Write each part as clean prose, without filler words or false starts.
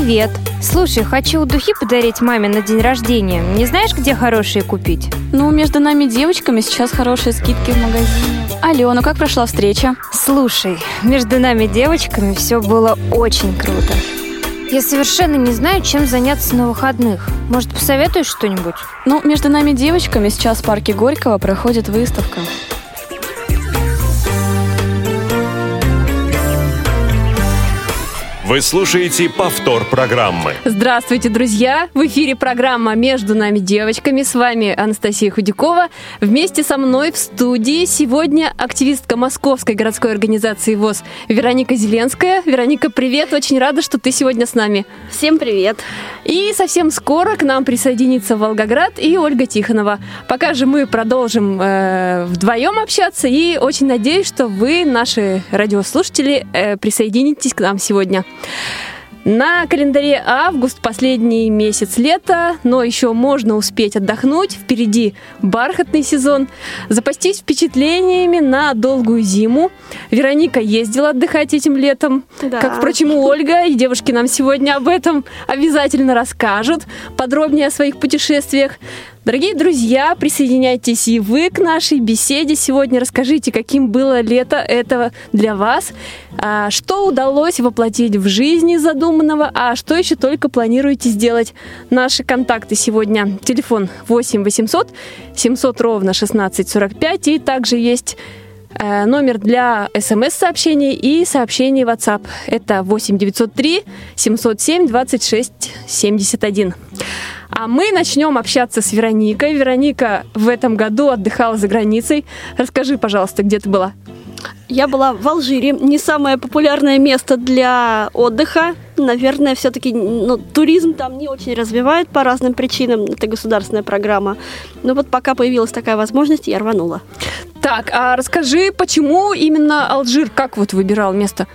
Привет. Слушай, хочу духи подарить маме на день рождения. Не знаешь, где хорошие купить? Между нами девочками сейчас хорошие скидки в магазине. Алло, как прошла встреча? Слушай, между нами девочками все было очень круто. Я совершенно не знаю, чем заняться на выходных. Может, посоветуешь что-нибудь? Между нами девочками сейчас в парке Горького проходит выставка. Вы слушаете повтор программы. Здравствуйте, друзья! В эфире программа «Между нами девочками». С вами Анастасия Худякова. Вместе со мной в студии сегодня активистка Московской городской организации ВОС Вероника Зеленская. Вероника, привет! Очень рада, что ты сегодня с нами. Всем привет! И совсем скоро к нам присоединится Волгоград и Ольга Тихонова. Пока же мы продолжим вдвоем общаться, и очень надеюсь, что вы, наши радиослушатели, присоединитесь к нам сегодня. На календаре август, последний месяц лета, но еще можно успеть отдохнуть. Впереди бархатный сезон, запастись впечатлениями на долгую зиму. Вероника ездила отдыхать этим летом, да. Как, впрочем, и Ольга, и девушки нам сегодня об этом обязательно расскажут подробнее о своих путешествиях. Дорогие друзья, присоединяйтесь и вы к нашей беседе сегодня. Расскажите, каким было лето этого для вас, что удалось воплотить в жизни задуманного, а что еще только планируете сделать. Наши контакты сегодня: телефон 8 800 700 ровно 1645, и также есть номер для СМС-сообщений и сообщений в WhatsApp. Это 8 903 707 26 71. А мы начнем общаться с Вероникой. Вероника в этом году отдыхала за границей. Расскажи, пожалуйста, где ты была? Я была в Алжире. Не самое популярное место для отдыха. Наверное, все-таки туризм там не очень развивают по разным причинам. Это государственная программа. Но вот пока появилась такая возможность, я рванула. Так, а расскажи, почему именно Алжир? Как вот выбирал место?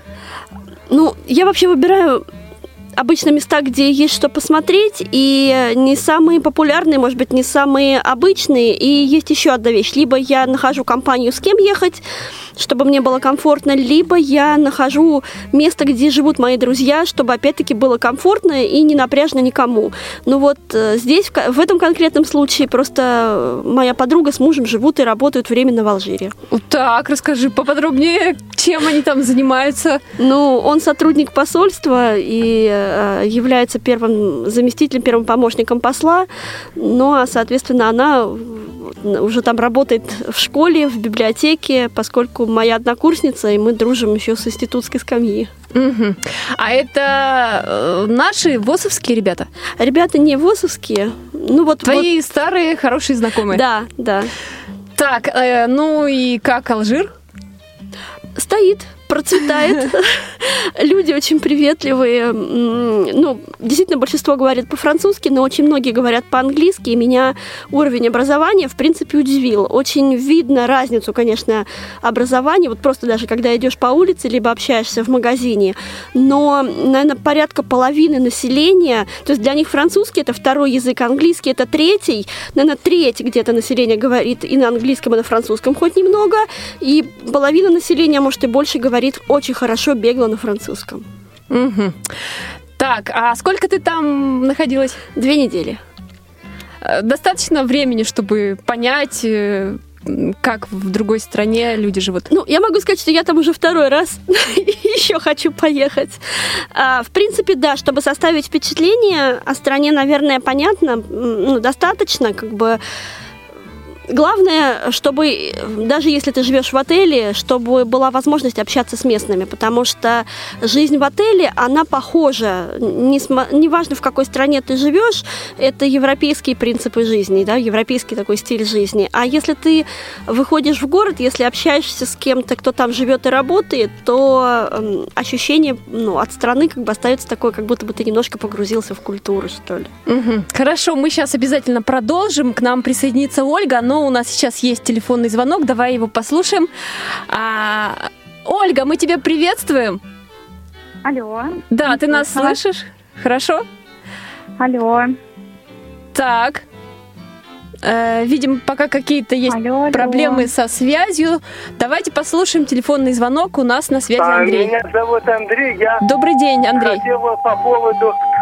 Я вообще выбираю обычно места, где есть что посмотреть, и не самые популярные, может быть, не самые обычные. И есть еще одна вещь. Либо я нахожу компанию, с кем ехать, чтобы мне было комфортно, либо я нахожу место, где живут мои друзья, чтобы, опять-таки, было комфортно и не напряжно никому. Здесь, в этом конкретном случае, просто моя подруга с мужем живут и работают временно в Алжире. Так, расскажи поподробнее, чем они там занимаются. Он сотрудник посольства и является первым заместителем, первым помощником посла. Соответственно, она уже там работает в школе, в библиотеке, поскольку моя однокурсница, и мы дружим еще с институтской скамьи. Угу. А это наши ВОСовские ребята? Ребята не ВОСовские. Твои старые хорошие знакомые? Да. Так, и как Алжир? Стоит, процветает. Люди очень приветливые. Действительно, большинство говорит по-французски, но очень многие говорят по-английски. И меня уровень образования, в принципе, удивил. Очень видно разницу, конечно, образования. Просто даже когда идешь по улице, либо общаешься в магазине. Но, наверное, порядка половины населения, то есть для них французский — это второй язык, английский — это третий. Наверное, треть где-то населения говорит и на английском, и на французском хоть немного. И половина населения, может, и больше говорит очень хорошо, бегло на французском. Угу. Так, а сколько ты там находилась? 2 недели. Достаточно времени, чтобы понять, как в другой стране люди живут? Я могу сказать, что я там уже 2-й раз еще хочу поехать. В принципе, да, чтобы составить впечатление о стране, наверное, понятно, достаточно, Главное, чтобы, даже если ты живешь в отеле, чтобы была возможность общаться с местными, потому что жизнь в отеле, она похожа. Неважно, в какой стране ты живешь, это европейские принципы жизни, да, европейский такой стиль жизни. А если ты выходишь в город, если общаешься с кем-то, кто там живет и работает, то ощущение от страны остается такое, как будто бы ты немножко погрузился в культуру, что ли. Угу. Хорошо, мы сейчас обязательно продолжим. К нам присоединится Ольга, но у нас сейчас есть телефонный звонок, давай его послушаем. Ольга, мы тебя приветствуем. Алло. Да, ты нас слышишь? Хорошо? Алло. Так. Видим, пока какие-то есть проблемы со связью. Давайте послушаем телефонный звонок. У нас на связи Андрей. Меня зовут Андрей. Добрый день, Андрей. Хотел по поводу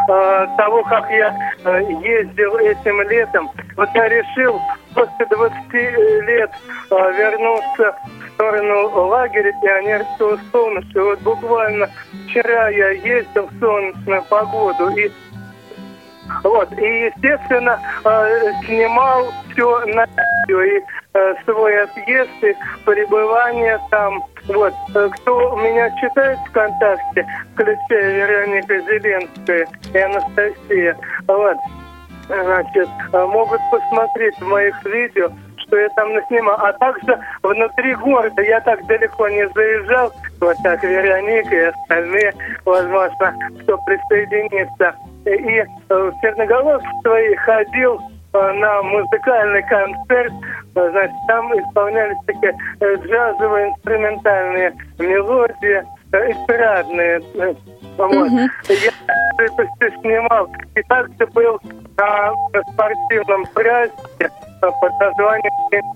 того, как я ездил этим летом. Вот я решил после 20 лет вернуться в сторону лагеря пионерского солнышка. Вот буквально вчера я ездил в солнечную погоду и естественно, снимал все на видео, и свой отъезд, и пребывание там. Вот. Кто меня читает ВКонтакте, включая Вероника Зеленская и Анастасия, вот, значит, могут посмотреть в моих видео, что я там наснимал. А также внутри города я так далеко не заезжал, вот так Вероника и остальные, возможно, кто присоединится. И в Черноголовск свои ходил на музыкальный концерт, значит, там исполнялись такие джазовые инструментальные мелодии, эстрадные. Вот. Я это все снимал. И также был на спортивном празднике под названием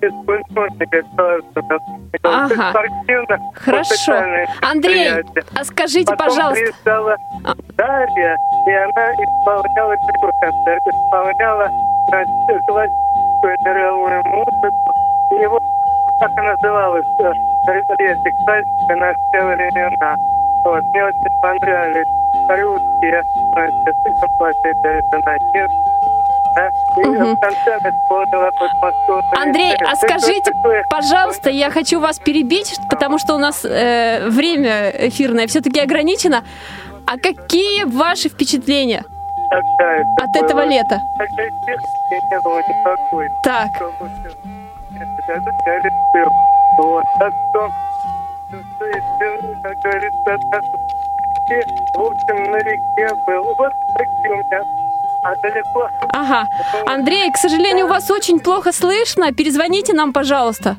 Ага. Хорошо. Андрей, а скажите, Потом пожалуйста. приезжала Дарья, и она исполняла другой концерт, исполняла классическую мировую музыку. И вот как она называлась, «Реплетик классика на все времена». Вот, мне очень понравились русские, Андрей, а скажите, пожалуйста, я хочу вас перебить, потому что у нас время эфирное все-таки ограничено. А какие ваши впечатления от этого лета? Так. Вот, так что, как говорится, в общем, на реке был. Вот такие у меня. А далеко. Ага. Андрей, к сожалению, вас очень плохо слышно. Перезвоните нам, пожалуйста.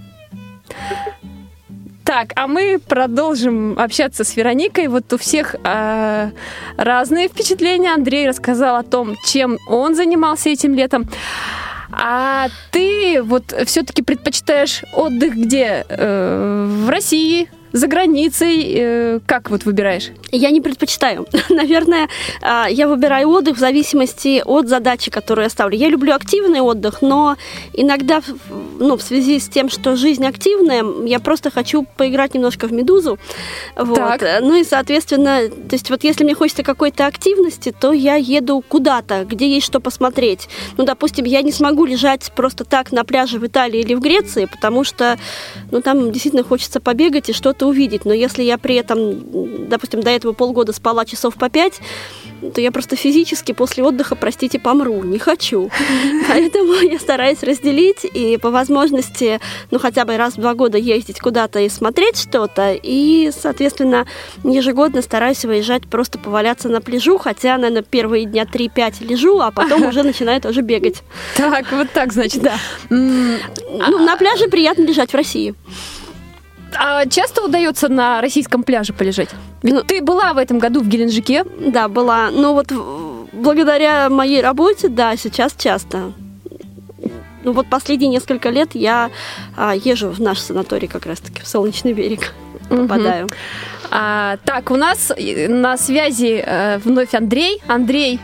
Так, а мы продолжим общаться с Вероникой. Вот у всех разные впечатления. Андрей рассказал о том, чем он занимался этим летом. А ты вот все-таки предпочитаешь отдых где? В России? За границей? Как вот выбираешь? Я не предпочитаю. Наверное, я выбираю отдых в зависимости от задачи, которую я ставлю. Я люблю активный отдых, но иногда, в связи с тем, что жизнь активная, я просто хочу поиграть немножко в «Медузу». Вот. Ну и, соответственно, то есть вот если мне хочется какой-то активности, то я еду куда-то, где есть что посмотреть. Ну, допустим, я не смогу лежать просто так на пляже в Италии или в Греции, потому что, там действительно хочется побегать и что-то увидеть. Но если я при этом, допустим, до этого полгода спала часов по 5, то я просто физически после отдыха, простите, помру. Не хочу. Поэтому я стараюсь разделить и по возможности, хотя бы раз в 2 года ездить куда-то и смотреть что-то. И, соответственно, ежегодно стараюсь выезжать, просто поваляться на пляжу, хотя, наверное, первые дня 3-5 лежу, а потом уже начинаю тоже бегать. Так, вот так, значит. Да. На пляже приятно лежать в России. А часто удается на российском пляже полежать? Ведь ты была в этом году в Геленджике? Да, была. Вот благодаря моей работе, да, сейчас часто. Вот последние несколько лет я езжу в наш санаторий как раз-таки, в Солнечный берег. Попадаю. Так, у нас на связи вновь Андрей. Андрей,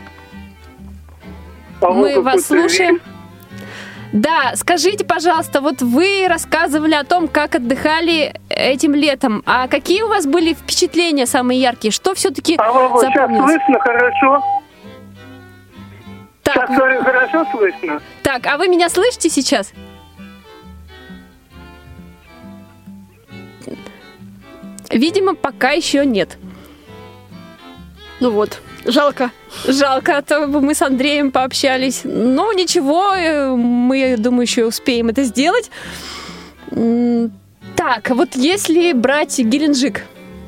мы вас слушаем. Да, скажите, пожалуйста, вот вы рассказывали о том, как отдыхали этим летом. А какие у вас были впечатления самые яркие? Что все-таки запомнилось? Сейчас слышно хорошо? Так, сейчас хорошо слышно? Так, а вы меня слышите сейчас? Видимо, пока еще нет. Жалко. Жалко, а то бы мы с Андреем пообщались. Но ничего, мы, я думаю, еще успеем это сделать. Так, вот если брать Геленджик,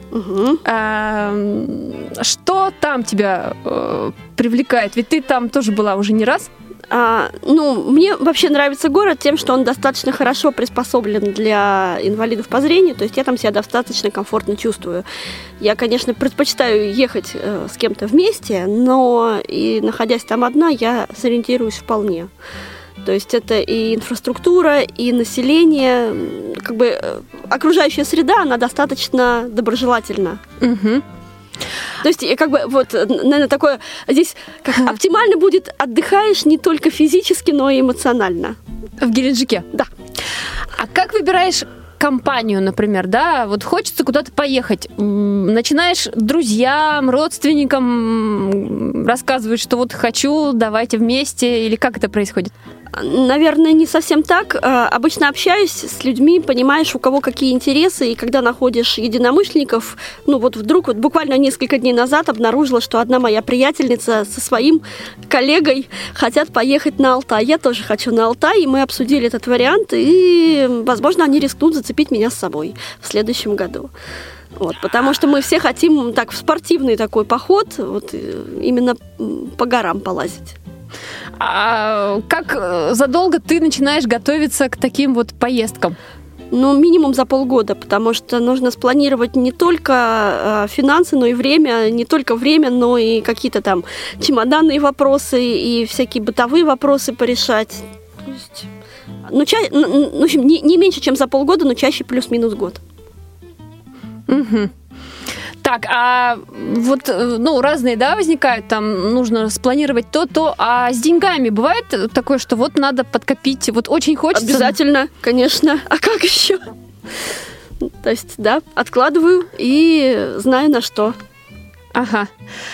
что там тебя привлекает? Ведь ты там тоже была уже не раз. Мне вообще нравится город тем, что он достаточно хорошо приспособлен для инвалидов по зрению, то есть я там себя достаточно комфортно чувствую. Я, конечно, предпочитаю ехать с кем-то вместе, но и находясь там одна, я сориентируюсь вполне. То есть это и инфраструктура, и население, окружающая среда, она достаточно доброжелательна. То есть, как бы, вот, наверное, такое, здесь как оптимально будет, отдыхаешь не только физически, но и эмоционально. В Геленджике? Да. А как выбираешь компанию, например, да? Вот хочется куда-то поехать. Начинаешь друзьям, родственникам рассказывать, что вот хочу, давайте вместе, или как это происходит? Наверное, не совсем так. Обычно общаюсь с людьми, понимаешь, у кого какие интересы, и когда находишь единомышленников, ну вот вдруг, вот буквально несколько дней назад обнаружила, что одна моя приятельница со своим коллегой хотят поехать на Алтай. Я тоже хочу на Алтай, и мы обсудили этот вариант, и, возможно, они рискнут зацепить меня с собой в следующем году. Вот, потому что мы все хотим так в спортивный такой поход, вот именно по горам полазить. А как задолго ты начинаешь готовиться к таким вот поездкам? Ну, минимум за полгода, потому что нужно спланировать не только финансы, но и время, не только время, но и какие-то там чемоданные вопросы и всякие бытовые вопросы порешать. То есть, в общем, не меньше, чем за полгода, но чаще плюс-минус год. Угу. Так, а вот, ну, разные, да, возникают, там нужно спланировать то, а с деньгами бывает такое, что вот надо подкопить, вот очень хочется... Обязательно, конечно, а как еще? То есть, да, откладываю и знаю на что. Ага.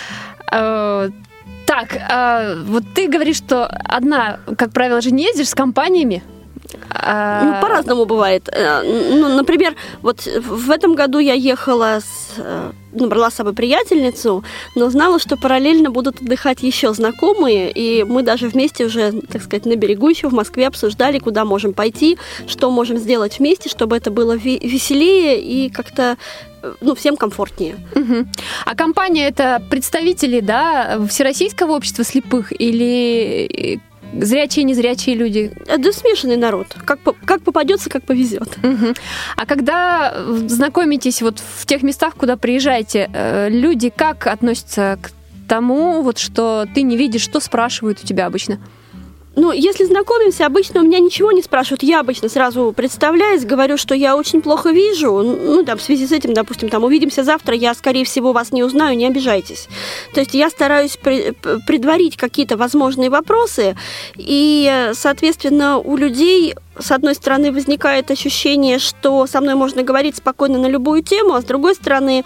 Так, вот ты говоришь, что одна, как правило, же не ездишь с компаниями? Ну, по-разному бывает. Ну, например, вот в этом году я ехала брала с собой приятельницу, но знала, что параллельно будут отдыхать еще знакомые, и мы даже вместе уже, так сказать, на берегу еще в Москве обсуждали, куда можем пойти, что можем сделать вместе, чтобы это было веселее и как-то, ну, всем комфортнее. Угу. А компания — это представители, да, Всероссийского общества слепых или... Зрячие, незрячие люди? Да, смешанный народ. Как попадется, как повезет. Угу. А когда знакомитесь вот в тех местах, куда приезжаете, люди как относятся к тому, вот, что ты не видишь, что спрашивают у тебя обычно? Ну, если знакомимся, обычно у меня ничего не спрашивают. Я обычно сразу представляюсь, говорю, что я очень плохо вижу. Ну, там, в связи с этим, допустим, там, увидимся завтра, я, скорее всего, вас не узнаю, не обижайтесь. То есть я стараюсь предварить какие-то возможные вопросы, и, соответственно, у людей... С одной стороны, возникает ощущение, что со мной можно говорить спокойно на любую тему, а с другой стороны,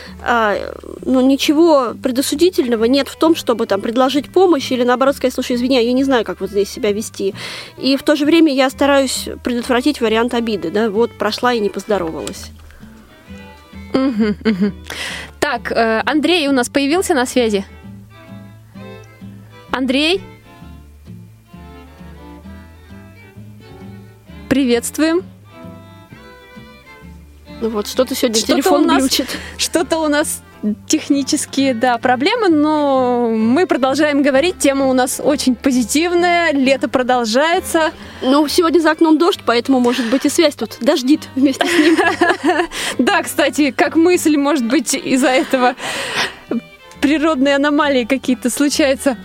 ничего предосудительного нет в том, чтобы там предложить помощь или, наоборот, сказать: слушай, извини, я не знаю, как вот здесь себя вести. И в то же время я стараюсь предотвратить вариант обиды, да, вот прошла и не поздоровалась. Так, Андрей у нас появился на связи? Андрей? Приветствуем. Ну вот, что-то сегодня телефон глючит. Что-то у нас технические, да, проблемы, но мы продолжаем говорить. Тема у нас очень позитивная, лето продолжается. Ну, сегодня за окном дождь, поэтому, может быть, и связь тут дождит вместе с ним. Да, кстати, как мысль, может быть, из-за этого природные аномалии какие-то случаются.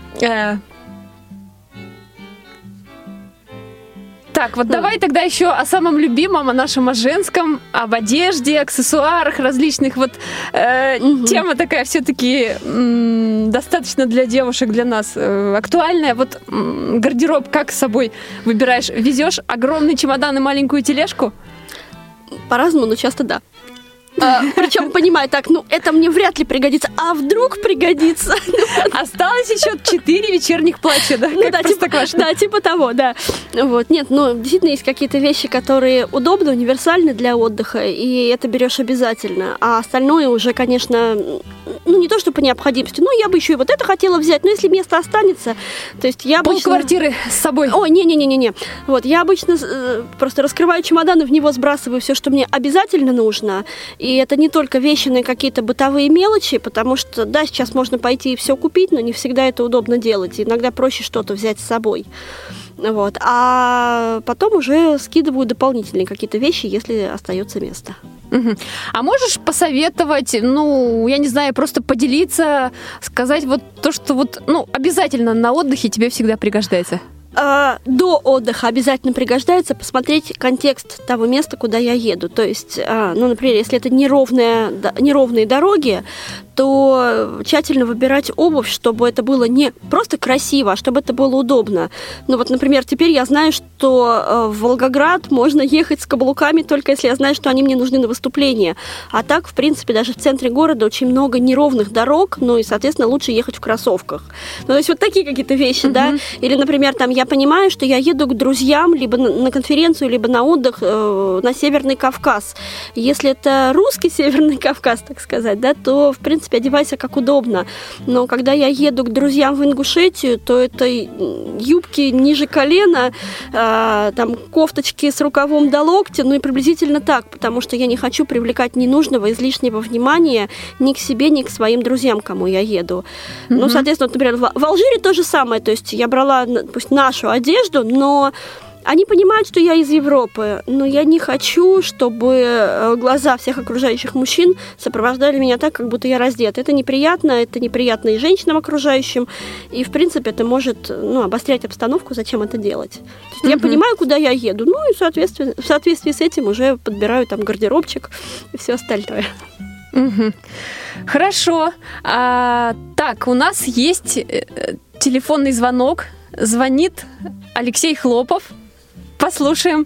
Так, вот давай тогда еще о самом любимом, о нашем, о женском, об одежде, аксессуарах различных. Вот тема такая все-таки достаточно для девушек, для нас актуальная. Вот гардероб как с собой выбираешь? Везешь огромный чемодан и маленькую тележку? По-разному, но часто да. Причем понимаю, так, это мне вряд ли пригодится, а вдруг пригодится. Осталось еще 4 вечерних платья, да? Да, типа того, да. Вот, нет, действительно есть какие-то вещи, которые удобны, универсальны для отдыха, и это берешь обязательно. А остальное уже, конечно, не то, что по необходимости, я бы еще и вот это хотела взять, но если место останется, то есть я обычно... Полквартиры с собой. Ой, не. Вот, я обычно просто раскрываю чемодан и в него сбрасываю все, что мне обязательно нужно. И это не только вещи, но и какие-то бытовые мелочи, потому что, да, сейчас можно пойти и все купить, но не всегда это удобно делать. И иногда проще что-то взять с собой. Вот. А потом уже скидываю дополнительные какие-то вещи, если остается место. Угу. А можешь посоветовать, я не знаю, просто поделиться, сказать вот то, что обязательно на отдыхе тебе всегда пригождается? До отдыха обязательно пригождается посмотреть контекст того места, куда я еду. То есть, например, если это неровные дороги, то тщательно выбирать обувь, чтобы это было не просто красиво, а чтобы это было удобно. Ну вот, например, теперь я знаю, что в Волгоград можно ехать с каблуками, только если я знаю, что они мне нужны на выступление. А так, в принципе, даже в центре города очень много неровных дорог, ну и, соответственно, лучше ехать в кроссовках. Ну, то есть вот такие какие-то вещи, да. Или, например, там я понимаю, что я еду к друзьям либо на конференцию, либо на отдых на Северный Кавказ. Если это русский Северный Кавказ, так сказать, да, то, в принципе, одевайся как удобно. Но когда я еду к друзьям в Ингушетию, то это юбки ниже колена, там кофточки с рукавом до локтя, ну и приблизительно так, потому что я не хочу привлекать ненужного, излишнего внимания ни к себе, ни к своим друзьям, кому я еду. Ну, соответственно, вот, например, в Алжире то же самое, то есть я брала, пусть нашу одежду, но они понимают, что я из Европы, но я не хочу, чтобы глаза всех окружающих мужчин сопровождали меня так, как будто я раздета. Это неприятно и женщинам окружающим, и, в принципе, это может обострять обстановку, зачем это делать. То есть я понимаю, куда я еду, ну и в соответствии с этим уже подбираю там гардеробчик и все остальное. Хорошо. Так, у нас есть телефонный звонок. Звонит Алексей Хлопов. Послушаем.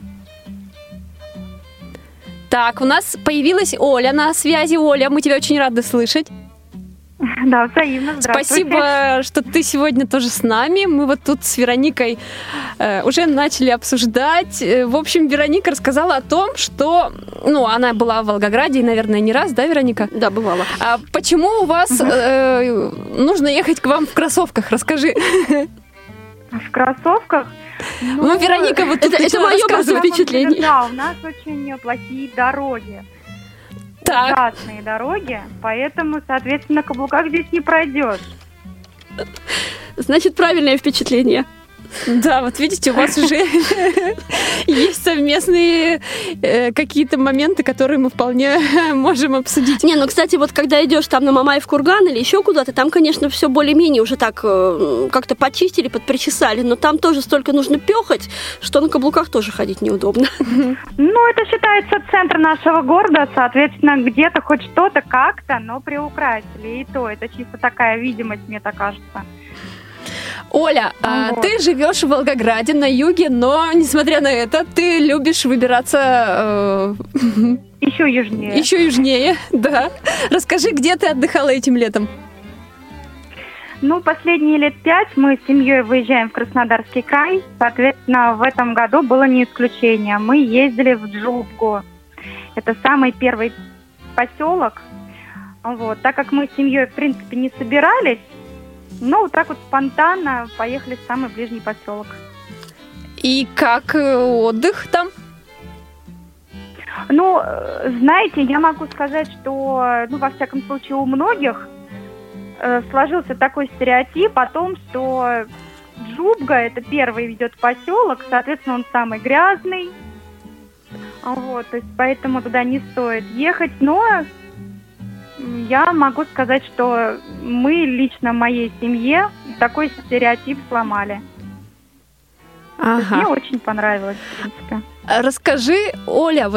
Так, у нас появилась Оля на связи. Оля, мы тебя очень рады слышать. Да, взаимно. Здравствуйте. Спасибо, что ты сегодня тоже с нами. Мы вот тут с Вероникой уже начали обсуждать. В общем, Вероника рассказала о том, что... она была в Волгограде, наверное, не раз, да, Вероника? Да, бывала. А почему у вас нужно ехать к вам в кроссовках? Расскажи. В кроссовках? Вероника, вот тут это мое просто впечатление. Да, у нас очень плохие дороги. Так. Ужасные дороги, поэтому, соответственно, на каблуках здесь не пройдешь. Значит, правильное впечатление. Да, вот видите, у вас уже есть совместные какие-то моменты, которые мы вполне можем обсудить. Кстати, вот когда идешь там на Мамаев курган или еще куда-то, там, конечно, все более-менее уже так как-то почистили, подпричесали, но там тоже столько нужно пёхать, что на каблуках тоже ходить неудобно. Это считается центр нашего города, соответственно, где-то хоть что-то как-то, но приукрасили. И то, это чисто такая видимость, мне так кажется. Оля, ты живешь в Волгограде на юге, но, несмотря на это, ты любишь выбираться... Еще южнее. Еще южнее, да. Расскажи, где ты отдыхала этим летом? Последние лет 5 мы с семьей выезжаем в Краснодарский край. Соответственно, в этом году было не исключение. Мы ездили в Джубгу. Это самый первый поселок. Так как мы с семьей, в принципе, не собирались, вот так вот спонтанно поехали в самый ближний поселок. И как отдых там? Знаете, я могу сказать, что, во всяком случае, у многих сложился такой стереотип о том, что Джубга – это первый ведет поселок, соответственно, он самый грязный. То есть поэтому туда не стоит ехать, но... Я могу сказать, что мы лично в моей семье такой стереотип сломали. Мне очень понравилось, в принципе. Расскажи, Оля,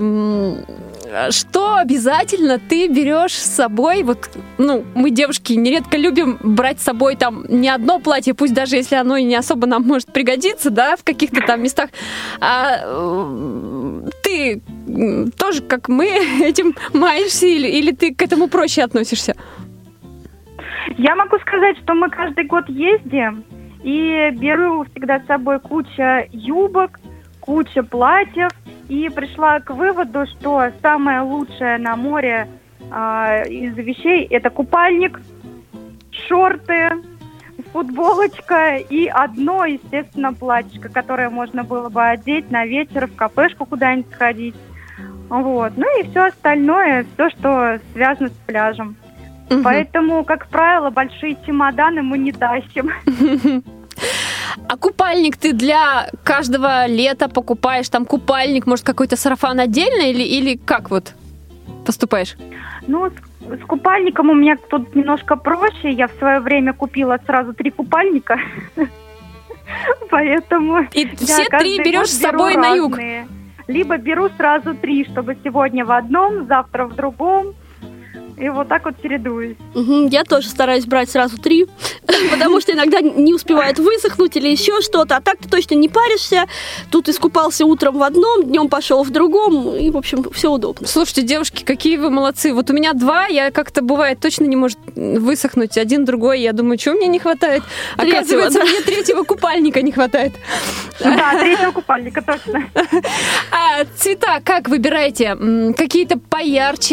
что обязательно ты берешь с собой? Мы, девушки, нередко любим брать с собой там не одно платье, пусть даже если оно и не особо нам может пригодиться, да, в каких-то там местах. А ты тоже, как мы, этим маешься или ты к этому проще относишься? Я могу сказать, что мы каждый год ездим, и беру всегда с собой куча юбок, куча платьев, и пришла к выводу, что самое лучшее на море из вещей – это купальник, шорты, футболочка и одно, естественно, платьишко, которое можно было бы одеть на вечер, в кафешку куда-нибудь сходить. И все остальное, все, что связано с пляжем. Поэтому, как правило, большие чемоданы мы не тащим. А купальник ты для каждого лета покупаешь? Там купальник, может, какой-то сарафан отдельно или как поступаешь? С купальником у меня тут немножко проще. Я в свое время купила сразу 3 купальника. Поэтому... И все 3 берешь с собой на юг? Либо беру сразу 3, чтобы сегодня в одном, завтра в другом. и вот так вот чередуюсь. Я тоже стараюсь брать сразу 3, потому что иногда не успевает высохнуть или еще что-то, а так ты точно не паришься. Тут искупался утром в одном, днем пошел в другом, и, в общем, все удобно. Слушайте, девушки, какие вы молодцы. Вот у меня 2, я как-то бывает точно не может высохнуть. Один, другой, я думаю, чего мне не хватает? Оказывается, мне 3-го купальника не хватает. Да, 3-го купальника, точно. А цвета как выбираете? Какие-то поярче,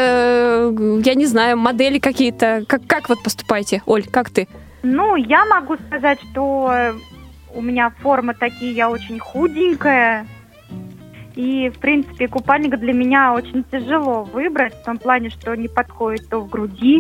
я не знаю, модели какие-то? Как вот поступаете? Оль, как ты? Ну, я могу сказать, что у меня формы такие, я очень худенькая. И, в принципе, купальник для меня очень тяжело выбрать, в том плане, что не подходит то в груди,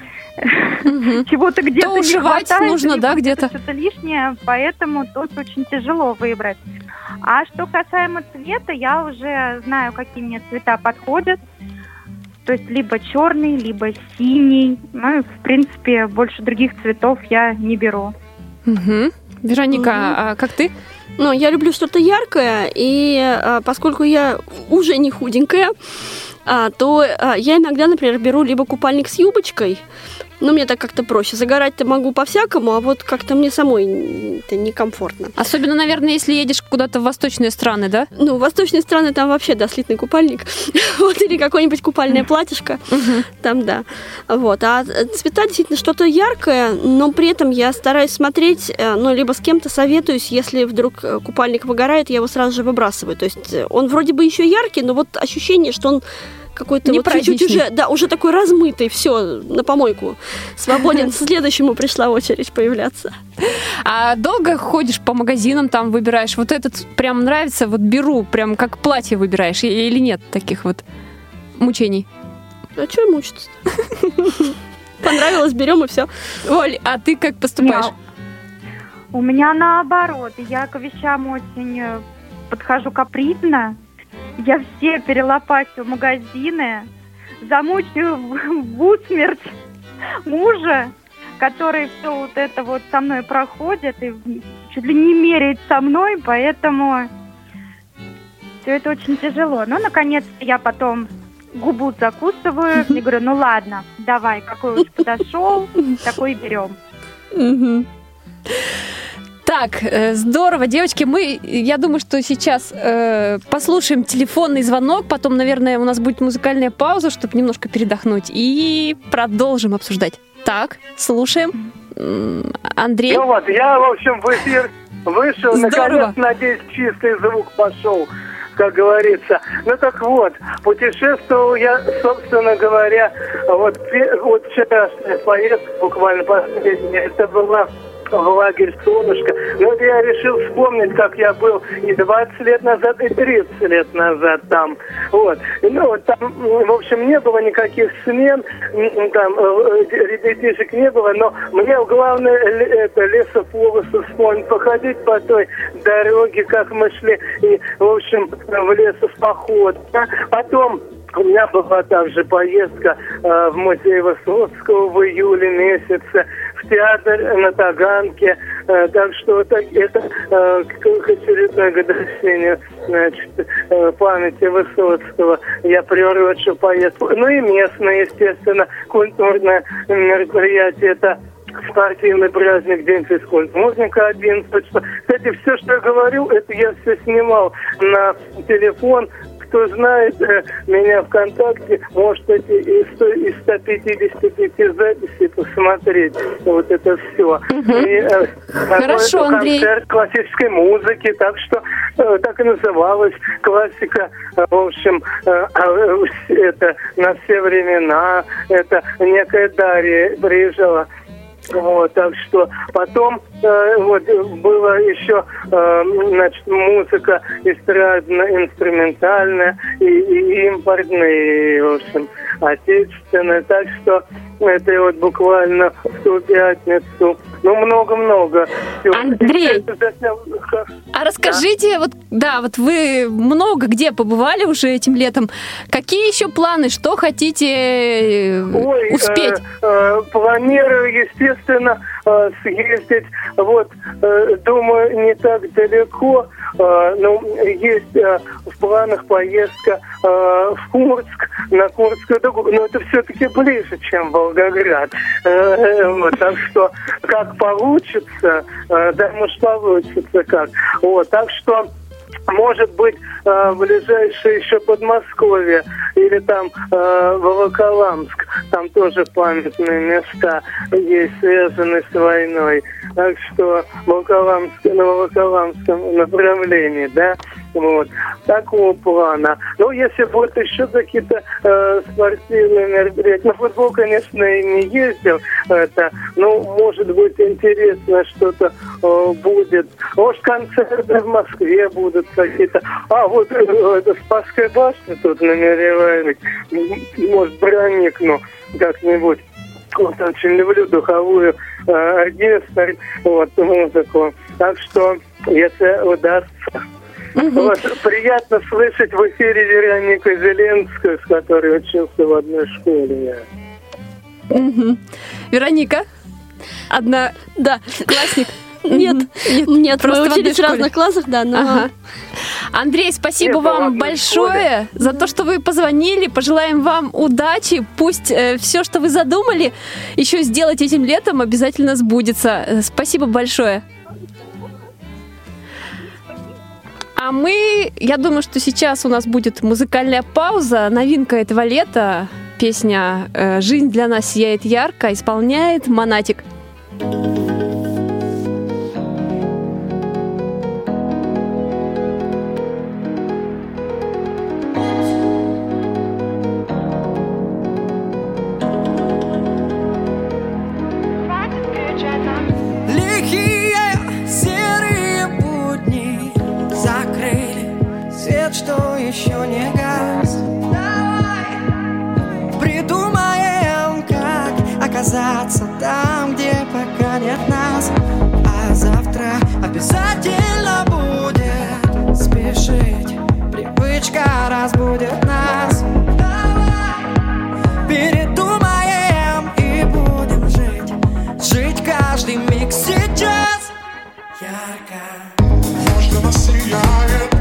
чего-то где-то не хватает, нужно, да, где-то что-то лишнее, поэтому тут очень тяжело выбрать. А что касаемо цвета, я уже знаю, какие мне цвета подходят. То есть либо черный, либо синий. Ну и, в принципе, больше других цветов я не беру. Вероника, а как ты? Ну, я люблю что-то яркое, и поскольку я уже не худенькая, то я иногда, например, беру либо купальник с юбочкой, но мне так как-то проще. Загорать-то могу по-всякому, а вот как-то мне самой это некомфортно. Особенно, наверное, если едешь куда-то в восточные страны, да? Ну, в восточные страны там вообще, да, слитный купальник. Вот, или какое-нибудь купальное платьишко. Там, да. Вот. А цвета действительно что-то яркое, но при этом я стараюсь смотреть, ну, либо с кем-то советуюсь, если вдруг купальник выгорает, я его сразу же выбрасываю. То есть он вроде бы еще яркий, но вот ощущение, что он какой-то вот чуть-чуть уже, да, уже такой размытый, все, на помойку. Свободен, следующему пришла очередь появляться. А долго ходишь по магазинам, там выбираешь, вот этот прям нравится, вот беру, прям как платье выбираешь, или нет таких вот мучений? А что мучиться? Понравилось, берем и все. Оль, а ты как поступаешь? У меня наоборот, я к вещам очень подхожу капризно. Я все перелопачу магазины, замучаю в усмерть мужа, который все вот это вот со мной проходит и чуть ли не меряет со мной, поэтому все это очень тяжело. Но, наконец-то, я потом губу закусываю и говорю, ну ладно, давай, какой уж подошел, такой берем. Так, здорово, девочки. Я думаю, что сейчас послушаем телефонный звонок, потом, наверное, у нас будет музыкальная пауза, чтобы немножко передохнуть, и продолжим обсуждать. Так, слушаем. Андрей? Ну вот, я, в общем, в эфир вышел, наконец, надеюсь, чистый звук пошел, как говорится. Ну так вот, путешествовал я, собственно говоря, вот вчерашняя поездка, буквально последняя, это была в лагерь «Солнышко». Но я решил вспомнить, как я был и 20 лет назад, и 30 лет назад там. Вот. Ну, вот там, в общем, не было никаких смен, там ребятишек не было, но мне главное это лесополосу вспомнить, походить по той дороге, как мы шли, и, в общем, в лесопоход. Потом у меня была также поездка в музей Высоцкого в июле месяце, в театр на Таганке. Так что это к очередной годовщине, значит, памяти Высоцкого я приурочил поездку. Ну и местное, естественно, культурное мероприятие. Это спортивный праздник День физкультурника 11. Кстати, все, что я говорю, это я все снимал на телефон. Кто знает меня ВКонтакте, может эти из 155 записей посмотреть. Вот это все. Хорошо, Андрей. Концерт классической музыки, так что так и называлась классика. В общем, это на все времена. Это некая Дарья приезжала. Вот, так что потом вот была еще значит, музыка эстрадно-инструментальная и импортная, в общем, отечественная. Так что это вот буквально в ту пятницу. Ну, много-много. Андрей, А расскажите, вот вы много где побывали уже этим летом. Какие еще планы, что хотите успеть? Планирую, естественно, съездить, думаю, не так далеко, есть в планах поездка в Курск, на Курскую дугу, но это все-таки ближе, чем Волгоград. Так что, как получится, может получится как. Так что, может быть, ближайшее еще Подмосковье или там Волоколамск. Там тоже памятные места есть, связанные с войной. Так что на Волоколамском направлении, да, такого плана. Если будут еще какие-то спортивные мероприятия. На футбол, конечно, и не ездил. Может быть, интересно что-то будет. Может, концерты в Москве будут какие-то. Это Спасская башня тут намереваюсь. Может, проникну как-нибудь. Очень люблю духовую оркестр, музыку. Так что, если удастся. Приятно слышать в эфире Веронику Зеленскую, с которой учился в одной школе. Вероника? Одноклассник? Нет, просто мы учились в разных классах, но... Ага. Андрей, спасибо вам большое за то, что вы позвонили. Пожелаем вам удачи. Пусть все, что вы задумали, еще сделать этим летом, обязательно сбудется. Спасибо большое. А я думаю, что сейчас у нас будет музыкальная пауза. Новинка этого лета. Песня «Жизнь для нас сияет ярко» исполняет Монатик. Что еще не гас. Давай придумаем, как оказаться там, где пока нет нас. А завтра обязательно будет спешить. Привычка разбудит нас. Давай передумаем и будем жить каждый миг сейчас. Ярко. Может, нас сияет.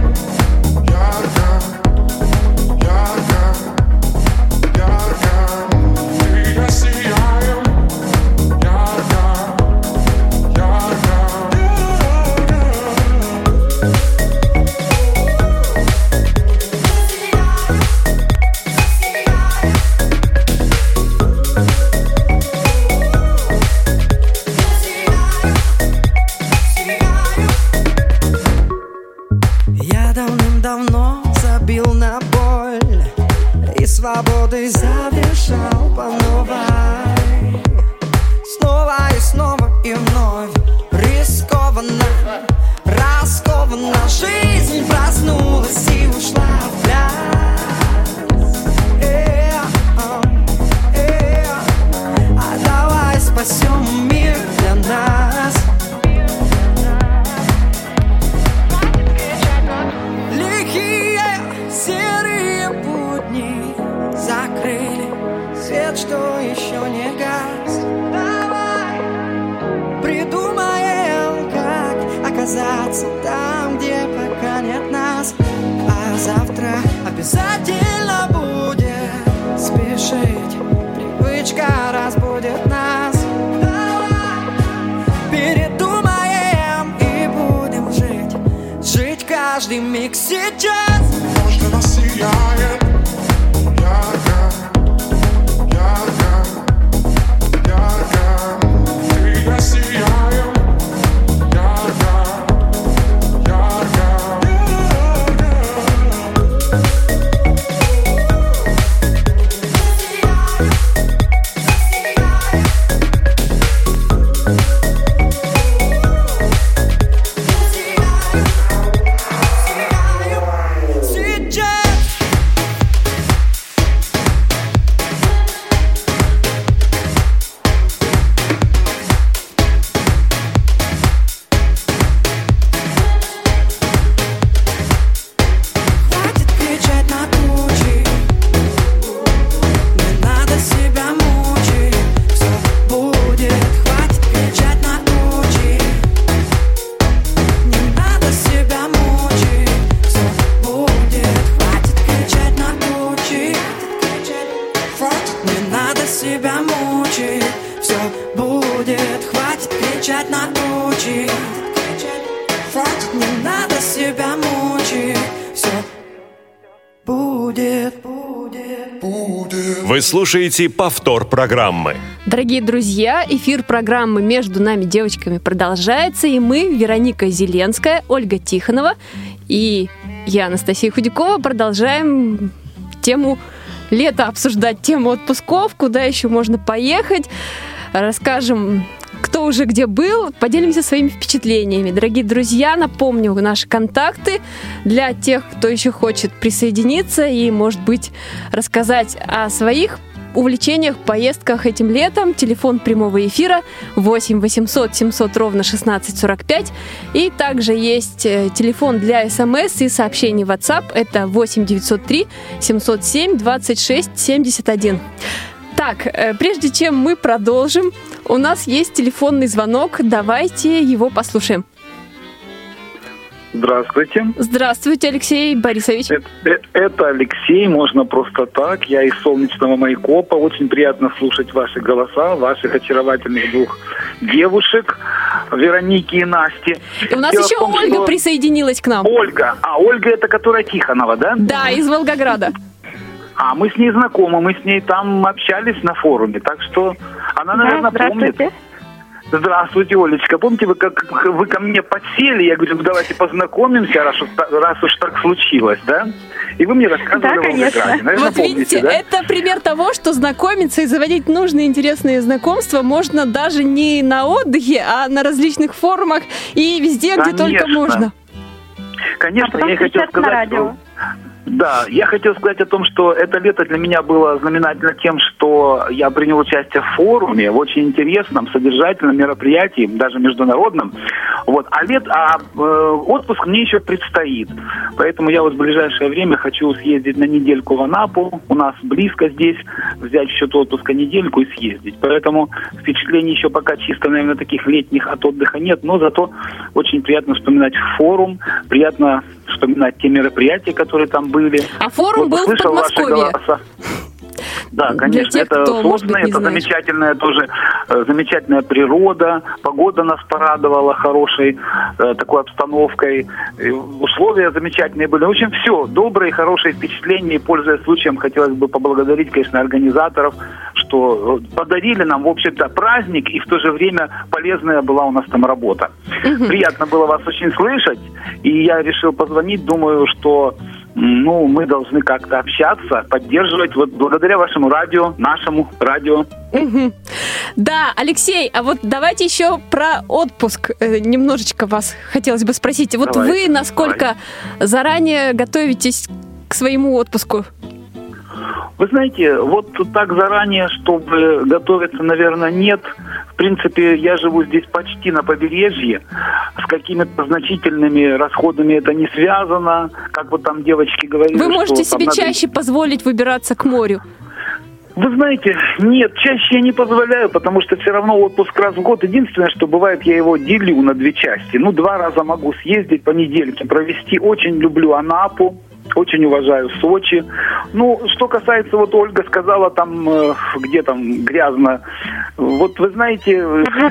Свободой завершал по новой. Снова и снова и вновь. Рискованно, раскованно. Жизнь проснулась и ушла в пляс. А давай спасем мир для нас. Лихие серые будни закрыли свет, что еще не гас. Давай придумаем, как оказаться там, где пока нет нас. А завтра обязательно будет спешить. Привычка разбудит нас. Давай передумаем и будем жить каждый миг сейчас. Может, нас сияет. себя мучить. Все будет, хватит кричать, научить. Хватит, не надо себя мучить. Все будет. Вы слушаете повтор программы. Дорогие друзья, эфир программы «Между нами девочками» продолжается, и мы, Вероника Зеленская, Ольга Тихонова и я, Анастасия Худякова, продолжаем тему лета обсуждать, тему отпусков, куда еще можно поехать, расскажем, кто уже где был, поделимся своими впечатлениями. Дорогие друзья, напомню наши контакты для тех, кто еще хочет присоединиться и, может быть, рассказать о своих увлечениях, поездках этим летом. Телефон прямого эфира 8 800 700 ровно 1645. И также есть телефон для СМС и сообщений в WhatsApp. Это 8 903 707 26 71. Так, прежде чем мы продолжим, у нас есть телефонный звонок. Давайте его послушаем. Здравствуйте. Здравствуйте, Алексей Борисович. Это Алексей, можно просто так. Я из солнечного Майкопа. Очень приятно слушать ваши голоса, ваших очаровательных двух девушек, Вероники и Насти. И у нас еще Ольга присоединилась к нам. Ольга. Ольга это которая Тихонова, да? Да, из Волгограда. Мы с ней знакомы, мы с ней там общались на форуме, так что она, наверное, помнит. Здравствуйте, Олечка. Помните, вы ко мне подсели, я говорю, давайте познакомимся, раз уж так случилось, да? И вы мне рассказывали о Волгограде. Наверное, вот помните, видите, да? Это пример того, что знакомиться и заводить нужные интересные знакомства можно даже не на отдыхе, а на различных форумах и везде, где только можно. Конечно, я хотел сказать, что... Да, я хотел сказать о том, что это лето для меня было знаменательно тем, что я принял участие в форуме, в очень интересном, содержательном мероприятии, даже международном. Отпуск мне еще предстоит. Поэтому я в ближайшее время хочу съездить на недельку в Анапу. У нас близко здесь, взять в счет отпуска недельку и съездить. Поэтому впечатлений еще пока чисто, наверное, таких летних от отдыха нет, но зато очень приятно вспоминать форум, приятно вспоминать те мероприятия, которые там были. А форум был в Подмосковье. Да, конечно, тех, это сложно, это замечательная тоже, замечательная природа, погода нас порадовала хорошей такой обстановкой, условия замечательные были. В общем, все, добрые, хорошие впечатления, и, пользуясь случаем, хотелось бы поблагодарить, конечно, организаторов, что подарили нам, в общем-то, праздник, и в то же время полезная была у нас там работа. Приятно было вас очень слышать, и я решил позвонить, думаю, что мы должны как-то общаться, поддерживать, благодаря вашему радио, нашему радио. Да, Алексей, а вот давайте еще про отпуск немножечко вас хотелось бы спросить. Вы насколько заранее готовитесь к своему отпуску? Вы знаете, так заранее, чтобы готовиться, наверное, нет. В принципе, я живу здесь почти на побережье. С какими-то значительными расходами это не связано. Как там девочки говорили. Вы можете себе чаще позволить выбираться к морю? Вы знаете, нет, чаще я не позволяю, потому что все равно отпуск раз в год. Единственное, что бывает, я его делю на 2 части. 2 раза могу съездить по недельке, провести. Очень люблю Анапу. Очень уважаю Сочи. Что касается, Ольга сказала, где там грязно. Вы знаете,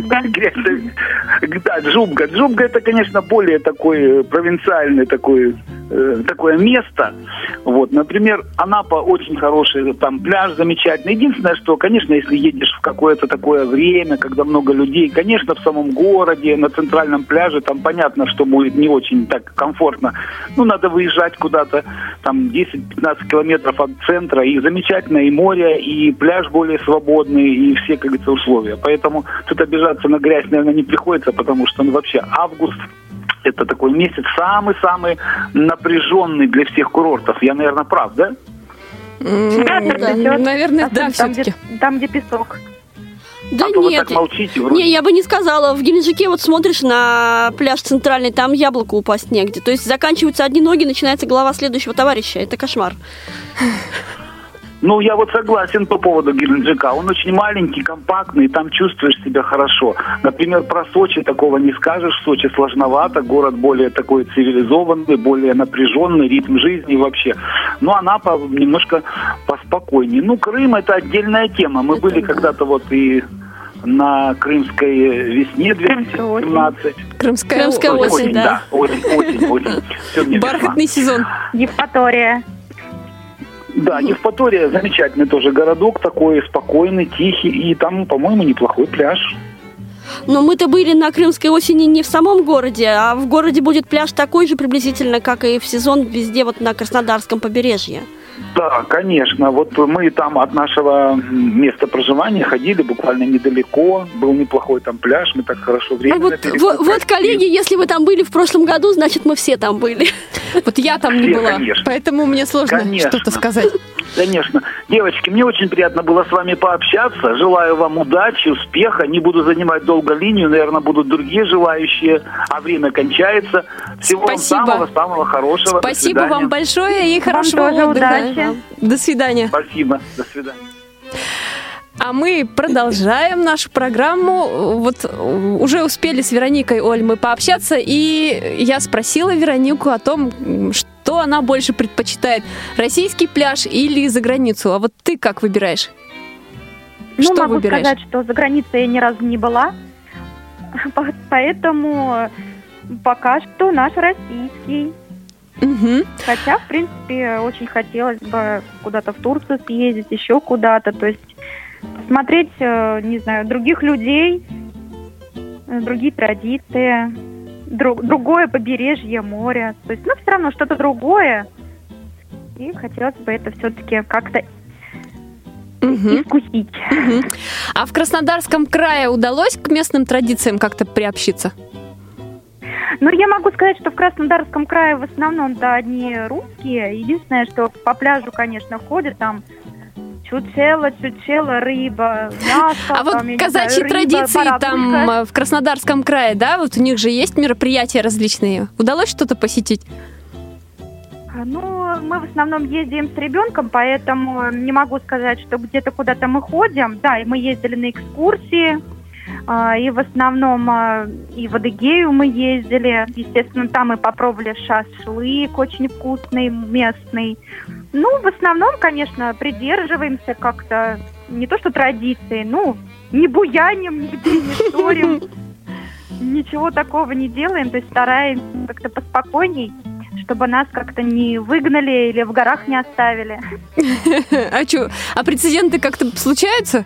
Джубга. Джубга это, конечно, более такой провинциальный такое место. Например, Анапа очень хороший, там пляж замечательный. Единственное, что, конечно, если едешь в какое-то такое время, когда много людей, конечно, в самом городе, на центральном пляже, там понятно, что будет не очень так комфортно. Надо выезжать куда-то, там 10-15 километров от центра, и замечательно, и море, и пляж более свободный, и все, как говорится, условия. Поэтому тут обижаться на грязь, наверное, не приходится, потому что, вообще, август – это такой месяц самый-самый напряженный для всех курортов. Я, наверное, прав, да? Наверное, да, все-таки. Там, где песок. Да нет, вы так молчите, вроде. Не, я бы не сказала. В Геленджике смотришь на пляж центральный, там яблоко упасть негде. То есть заканчиваются одни ноги, начинается голова следующего товарища. Это кошмар. Ну, я вот согласен по поводу Геленджика. Он очень маленький, компактный, и там чувствуешь себя хорошо. Например, про Сочи такого не скажешь. Сочи сложновато, город более такой цивилизованный, более напряженный, ритм жизни вообще. Но Анапа немножко поспокойнее. Ну, Крым – это отдельная тема. Мы были когда-то вот и на Крымской весне 2017. Крымская осень, да. Осень. Сегодня бархатный сезон. Евпатория. Да, Евпатория замечательный тоже городок, такой спокойный, тихий, и там, по-моему, неплохой пляж. Но мы-то были на Крымской осени не в самом городе, а в городе будет пляж такой же приблизительно, как и в сезон везде вот на Краснодарском побережье. Да, конечно. Вот мы там от нашего места проживания ходили буквально недалеко. Был неплохой там пляж, мы так хорошо время вот, коллеги, если вы там были в прошлом году, значит, мы все там были. Вот я там не была, конечно. Поэтому мне сложно что-то сказать. Конечно. Девочки, мне очень приятно было с вами пообщаться. Желаю вам удачи, успеха. Не буду занимать долго линию. Наверное, будут другие желающие. А время кончается. Всего вам самого-самого хорошего. Спасибо вам большое и хорошего отдыха. Удачи. До свидания. Спасибо. До свидания. А мы продолжаем нашу программу. Вот уже успели с Вероникой Ольмой пообщаться, и я спросила Веронику о том, что она больше предпочитает, российский пляж или за границу. А вот ты как выбираешь? Что могу выбираешь? Сказать, что за границей я ни разу не была, поэтому пока что наш российский. Угу. Хотя, в принципе, очень хотелось бы куда-то в Турцию съездить, еще куда-то, то есть посмотреть, не знаю, других людей, другие традиции, другое побережье моря. То есть, все равно что-то другое. И хотелось бы это все-таки как-то искусить. А в Краснодарском крае удалось к местным традициям как-то приобщиться? Ну, я могу сказать, что в Краснодарском крае в основном, да, одни русские. Единственное, что по пляжу, конечно, ходят там чучело, рыба, мясо. А вот казачьи традиции там в Краснодарском крае, да, вот у них же есть мероприятия различные. Удалось что-то посетить? Ну, мы в основном ездим с ребенком, поэтому не могу сказать, что где-то куда-то мы ходим. Да, и мы ездили на экскурсии, и в основном и в Адыгею мы ездили. Естественно, там мы попробовали шашлык очень вкусный, местный. Ну, в основном, конечно, придерживаемся как-то, не то что традиции, не буяним, нигде не ссорим, ничего такого не делаем, то есть стараемся как-то поспокойней, чтобы нас как-то не выгнали или в горах не оставили. А что, прецеденты как-то случаются?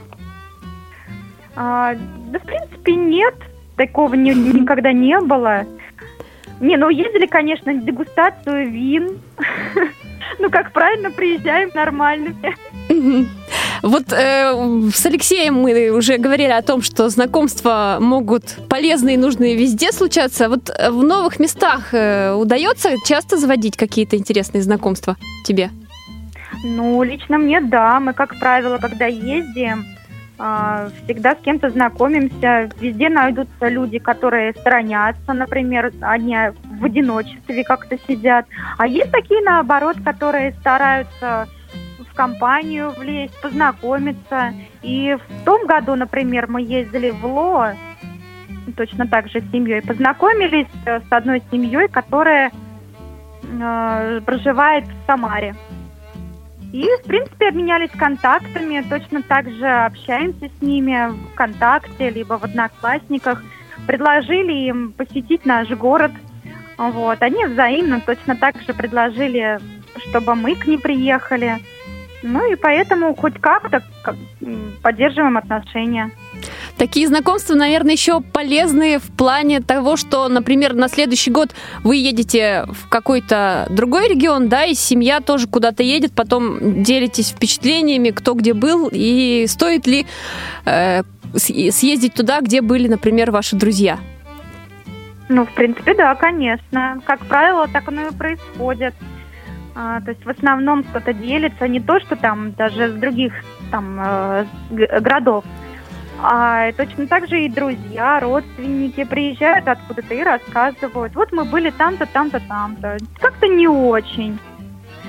Да, в принципе, нет, такого никогда не было. Ездили, конечно, на дегустацию вин. Как правильно, приезжаем нормальными. Вот с Алексеем мы уже говорили о том, что знакомства могут полезные и нужные везде случаться. Вот в новых местах удается часто заводить какие-то интересные знакомства тебе? Лично мне, да. Мы, как правило, когда ездим, всегда с кем-то знакомимся. Везде найдутся люди, которые сторонятся, например, они в одиночестве как-то сидят. А есть такие, наоборот, которые стараются в компанию влезть, познакомиться. И в том году, например, мы ездили в Лоо, точно так же с семьей, познакомились с одной семьей, которая проживает в Самаре. И, в принципе, обменялись контактами, точно так же общаемся с ними в ВКонтакте, либо в Одноклассниках. Предложили им посетить наш город. Вот. Они взаимно точно так же предложили, чтобы мы к ним приехали. И поэтому хоть как-то поддерживаем отношения. Такие знакомства, наверное, еще полезны в плане того, что, например, на следующий год вы едете в какой-то другой регион, да, и семья тоже куда-то едет, потом делитесь впечатлениями, кто где был, и стоит ли съездить туда, где были, например, ваши друзья? В принципе, да, конечно. Как правило, так оно и происходит. То есть в основном кто-то делится, не то, что там даже с других городов, а точно так же и друзья, родственники приезжают откуда-то и рассказывают. Вот мы были там-то, там-то, там-то. Как-то не очень.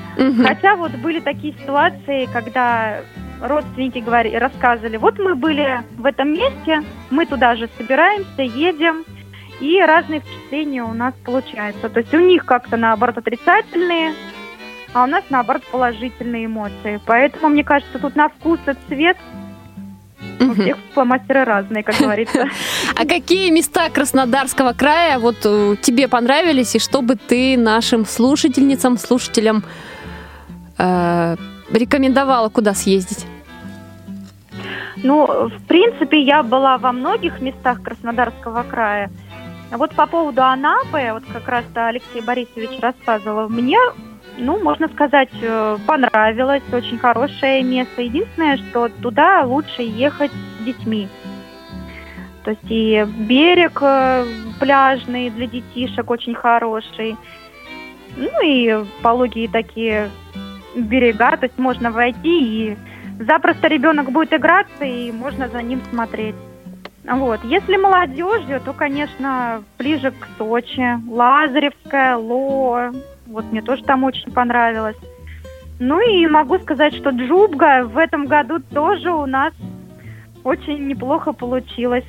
Хотя вот были такие ситуации, когда родственники рассказывали, вот мы были в этом месте, мы туда же собираемся, едем, и разные впечатления у нас получаются. То есть у них как-то, наоборот, отрицательные, а у нас, наоборот, положительные эмоции. Поэтому, мне кажется, тут на вкус и цвет у всех фломастеры разные, как говорится. А какие места Краснодарского края вот тебе понравились, и что бы ты нашим слушательницам, слушателям рекомендовала, куда съездить? Ну, в принципе, я была во многих местах Краснодарского края. А вот по поводу Анапы, вот как раз-то Алексей Борисович рассказывал, мне, можно сказать, понравилось, очень хорошее место. Единственное, что туда лучше ехать с детьми. То есть и берег пляжный для детишек очень хороший, и пологие такие берега, то есть можно войти, и запросто ребенок будет играться, и можно за ним смотреть. Вот. Если молодежью, то, конечно, ближе к Сочи, Лазаревская, Ло. Вот мне тоже там очень понравилось. И могу сказать, что Джубга в этом году тоже у нас очень неплохо получилось.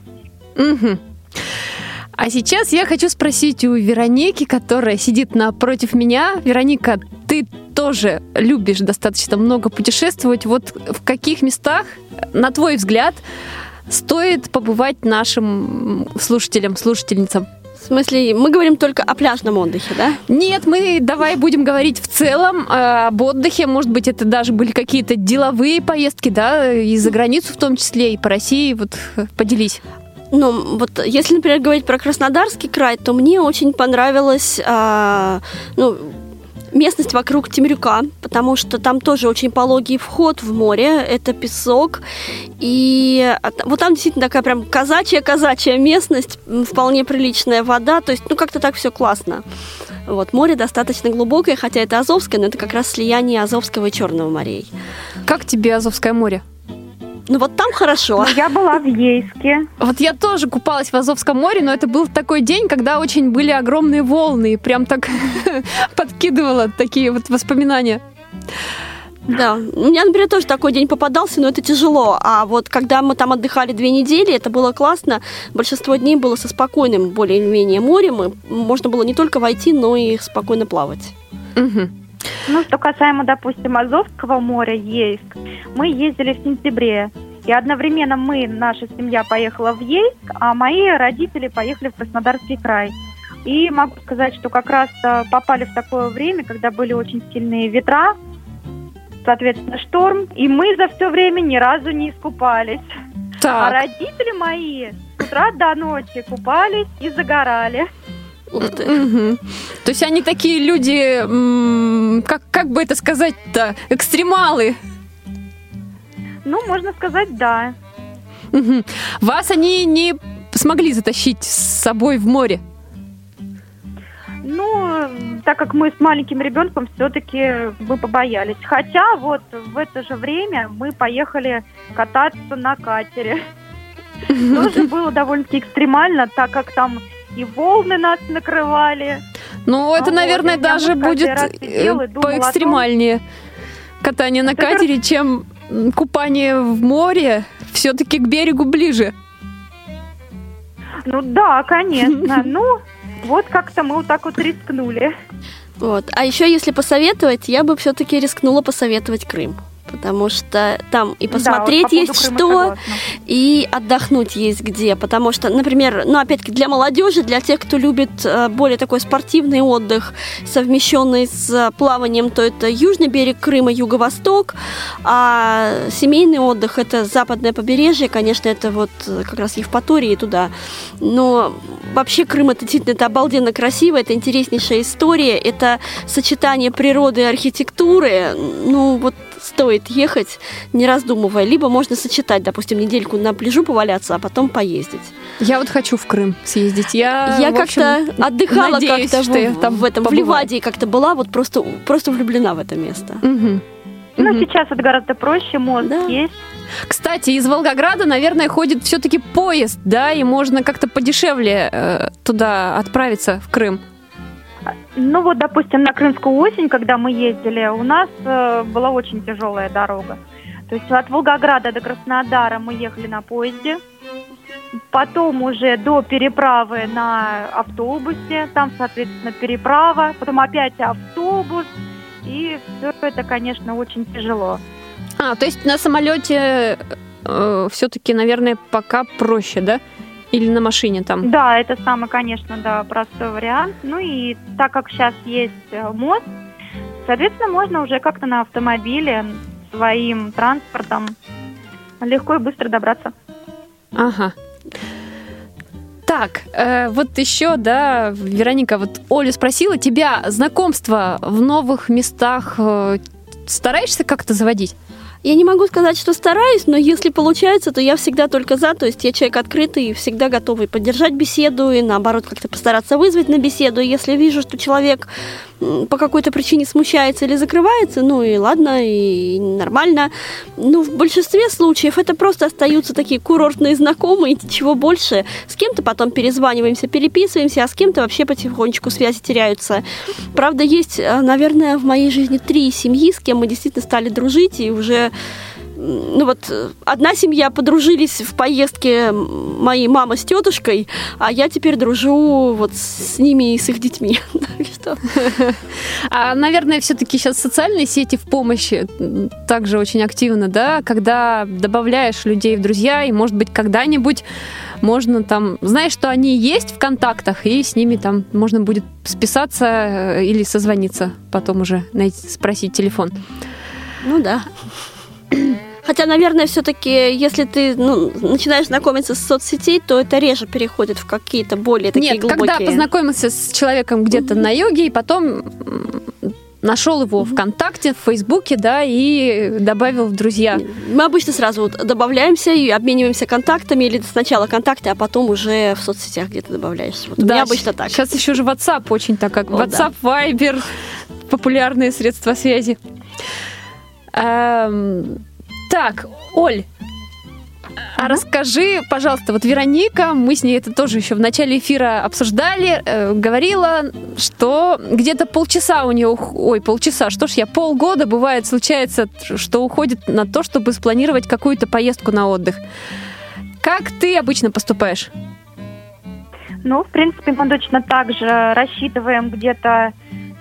А сейчас я хочу спросить у Вероники, которая сидит напротив меня. Вероника, ты тоже любишь достаточно много путешествовать. Вот в каких местах, на твой взгляд, стоит побывать нашим слушателям, слушательницам? В смысле, мы говорим только о пляжном отдыхе, да? Нет, мы давай будем говорить в целом об отдыхе. Может быть, это даже были какие-то деловые поездки, да, и за границу в том числе, и по России. Вот поделись. Вот если, например, говорить про Краснодарский край, то мне очень понравилась местность вокруг Темрюка, потому что там тоже очень пологий вход в море, это песок, и вот там действительно такая прям казачья местность, вполне приличная вода, то есть, как-то так все классно. Вот, море достаточно глубокое, хотя это Азовское, но это как раз слияние Азовского и Черного морей. Как тебе Азовское море? Вот там хорошо. Я была в Ейске. Вот я тоже купалась в Азовском море, но это был такой день, когда очень были огромные волны, и прям так подкидывало такие вот воспоминания. Да, у меня, например, тоже такой день попадался, но это тяжело. А вот когда мы там отдыхали 2 недели, это было классно. Большинство дней было со спокойным более-менее морем, и можно было не только войти, но и спокойно плавать. Что касаемо, допустим, Азовского моря, Ейск, мы ездили в сентябре. И одновременно наша семья поехала в Ейск, а мои родители поехали в Краснодарский край. И могу сказать, что как раз попали в такое время, когда были очень сильные ветра, соответственно, шторм, и мы за все время ни разу не искупались. Так. А родители мои с утра до ночи купались и загорали. Ух ты. То есть они такие люди, как бы это сказать-то, экстремалы. Можно сказать, да. Вас они не смогли затащить с собой в море? Так как мы с маленьким ребенком, все-таки мы побоялись. Хотя вот в это же время мы поехали кататься на катере. Тоже было довольно-таки экстремально, так как там и волны нас накрывали. Это, наверное, даже будет поэкстремальнее катание на катере, чем купание в море. Все-таки к берегу ближе. Да, конечно. Вот как-то мы вот так вот рискнули. Вот. А еще, если посоветовать, я бы все-таки рискнула посоветовать Крым. Потому что там и посмотреть есть что, и отдохнуть есть где. Потому что, например, опять-таки для молодежи, для тех, кто любит более такой спортивный отдых, совмещенный с плаванием, то это южный берег Крыма, юго-восток, а семейный отдых – это западное побережье, конечно, это вот как раз Евпатория и туда. Но вообще Крым – это действительно обалденно красиво, это интереснейшая история, это сочетание природы и архитектуры, стоит ехать, не раздумывая. Либо можно сочетать, допустим, недельку на пляжу поваляться, а потом поездить. Я вот хочу в Крым съездить. Я как-то отдыхала, надеюсь, как-то что я там в Ливадии как-то была, вот просто влюблена в это место. Сейчас это гораздо проще, мост есть. Кстати, из Волгограда, наверное, ходит все-таки поезд, да, и можно как-то подешевле туда отправиться, в Крым. Ну вот, допустим, на Крымскую осень, когда мы ездили, у нас была очень тяжелая дорога. То есть от Волгограда до Краснодара мы ехали на поезде, потом уже до переправы на автобусе, там, соответственно, переправа, потом опять автобус, и все это, конечно, очень тяжело. То есть на самолете все-таки, наверное, пока проще, да? Или на машине там? Да, это самый, конечно, да, простой вариант. Ну и так как сейчас есть мост, соответственно, можно уже как-то на автомобиле своим транспортом легко и быстро добраться. Ага. Так, вот еще, да, Вероника, вот Оля спросила тебя, знакомства в новых местах стараешься как-то заводить? Я не могу сказать, что стараюсь, но если получается, то я всегда только за. То есть я человек открытый и всегда готовый поддержать беседу и, наоборот, как-то постараться вызвать на беседу. Если вижу, что человек по какой-то причине смущается или закрывается, ну и ладно, и нормально. Ну, в большинстве случаев это просто остаются такие курортные знакомые, ничего больше. С кем-то потом перезваниваемся, переписываемся, а с кем-то вообще потихонечку связи теряются. Правда, есть, наверное, в моей жизни 3 семьи, с кем мы действительно стали дружить, и уже ну вот, одна семья подружились в поездке моей мама с тетушкой, а я теперь дружу вот с ними и с их детьми. А, наверное, все-таки сейчас социальные сети в помощь также очень активно, да, когда добавляешь людей в друзья, и, может быть, когда-нибудь можно там, знаешь, что они есть в контактах, и с ними там можно будет списаться или созвониться, потом уже спросить телефон. Ну да. Хотя, наверное, все-таки, если ты начинаешь знакомиться с соцсетей, то это реже переходит в какие-то более такие глубокие... Нет, когда познакомился с человеком где-то на йоге, и потом нашел его ВКонтакте, в Фейсбуке, да, и добавил в друзья. Мы обычно сразу вот добавляемся и обмениваемся контактами, или сначала контакты, а потом уже в соцсетях где-то добавляешься. Вот да, у меня обычно так. Сейчас еще же WhatsApp очень так, как WhatsApp, да. Viber, популярные средства связи. Так, Оль, а расскажи, пожалуйста, вот Вероника, мы с ней это тоже еще в начале эфира обсуждали, говорила, что где-то полчаса у нее, полгода бывает, случается, что уходит на то, чтобы спланировать какую-то поездку на отдых. Как ты обычно поступаешь? Ну, в принципе, мы точно так же рассчитываем где-то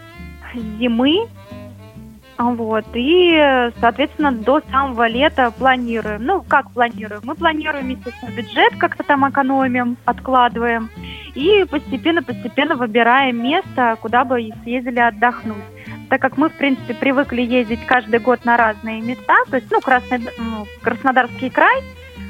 зимы. Вот, и, соответственно, до самого лета планируем. Ну, как планируем? Мы планируем, естественно, бюджет, как-то там экономим, откладываем. И постепенно выбираем место, куда бы съездили отдохнуть. Так как мы, в принципе, привыкли ездить каждый год на разные места, то есть, Краснодарский край,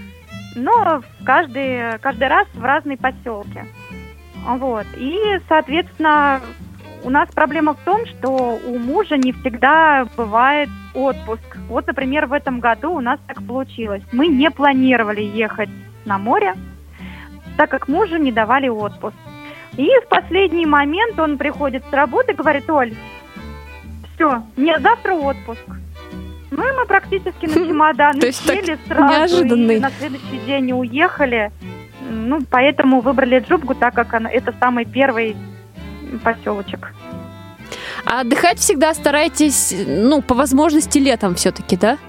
но каждый раз в разные поселки. Вот, и, соответственно... У нас проблема в том, что у мужа не всегда бывает отпуск. Вот, например, в этом году у нас так получилось. Мы не планировали ехать на море, так как мужу не давали отпуск. И в последний момент он приходит с работы и говорит: Оль, все, мне завтра отпуск. Ну и мы практически на чемодан сели сразу и на следующий день уехали. Ну, поэтому выбрали Джубгу, так как это самый первый поселочек. А отдыхать всегда старайтесь, по возможности летом все-таки, да?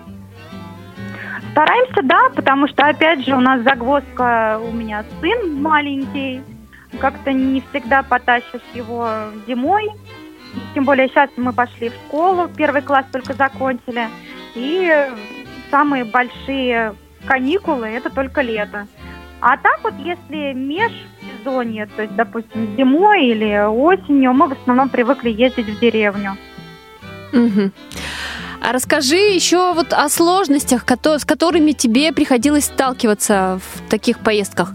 Стараемся, да, потому что, опять же, у нас загвоздка, у меня сын маленький, как-то не всегда потащишь его зимой, тем более сейчас мы пошли в школу, 1 класс только закончили, и самые большие каникулы – это только лето. А так вот, если межсезонье, то есть, допустим, зимой или осенью, мы в основном привыкли ездить в деревню. Угу. А расскажи еще вот о сложностях, с которыми тебе приходилось сталкиваться в таких поездках.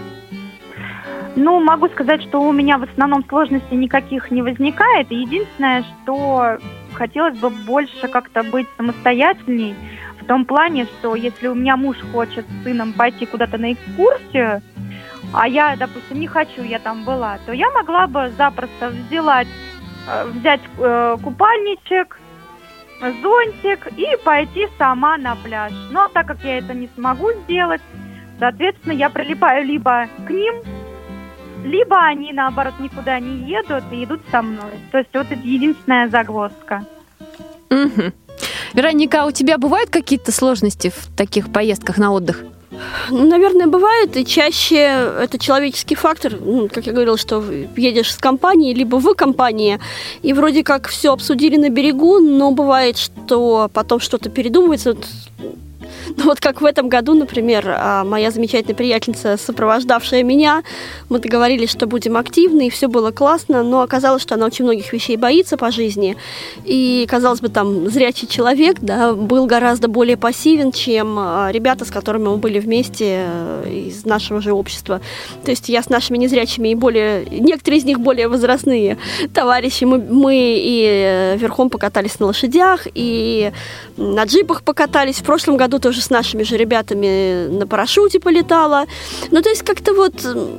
Ну, могу сказать, что у меня в основном сложностей никаких не возникает. Единственное, что хотелось бы больше как-то быть самостоятельней, в том плане, что если у меня муж хочет с сыном пойти куда-то на экскурсию, а я, допустим, не хочу, я там была, то я могла бы запросто взять купальничек, зонтик и пойти сама на пляж. Но так как я это не смогу сделать, соответственно, я прилипаю либо к ним, либо они, наоборот, никуда не едут и идут со мной. То есть вот это единственная загвоздка. Угу. Вероника, а у тебя бывают какие-то сложности в таких поездках на отдых? Наверное, бывает, и чаще это человеческий фактор. Как я говорила, что едешь с компанией, либо в компании, и вроде как все обсудили на берегу, но бывает, что потом что-то передумывается. Вот как в этом году, например, моя замечательная приятельница, сопровождавшая меня, мы договорились, что будем активны, и все было классно, но оказалось, что она очень многих вещей боится по жизни. И, казалось бы, там зрячий человек, да, был гораздо более пассивен, чем ребята, с которыми мы были вместе из нашего же общества. То есть я с нашими незрячими и некоторые из них более возрастные товарищи, мы и верхом покатались на лошадях, и на джипах покатались. В прошлом году тоже с нашими же ребятами на парашюте полетала. Ну, то есть как-то вот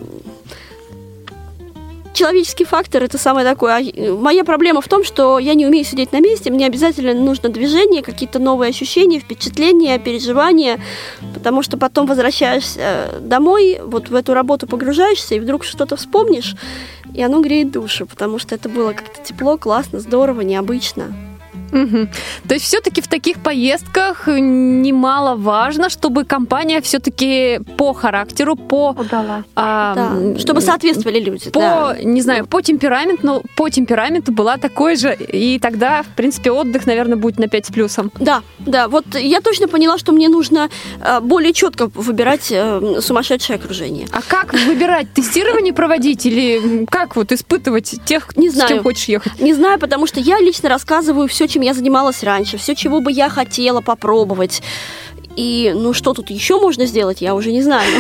человеческий фактор — это самое такое. Моя проблема в том, что я не умею сидеть на месте, мне обязательно нужно движение, какие-то новые ощущения, впечатления, переживания, потому что потом возвращаешься домой, вот в эту работу погружаешься, и вдруг что-то вспомнишь, и оно греет душу, потому что это было как-то тепло, классно, здорово, необычно. Угу. То есть все-таки в таких поездках немаловажно, чтобы компания все-таки по характеру, чтобы соответствовали люди. Не знаю, по темпераменту была такой же, и тогда, в принципе, отдых, наверное, будет на 5 с плюсом. Да, вот я точно поняла, что мне нужно более четко выбирать сумасшедшее окружение. А как выбирать? Тестирование проводить или как вот испытывать тех, с кем хочешь ехать? Не знаю, потому что я лично рассказываю все, чем я занималась раньше, все, чего бы я хотела попробовать. И, что тут еще можно сделать, я уже не знаю.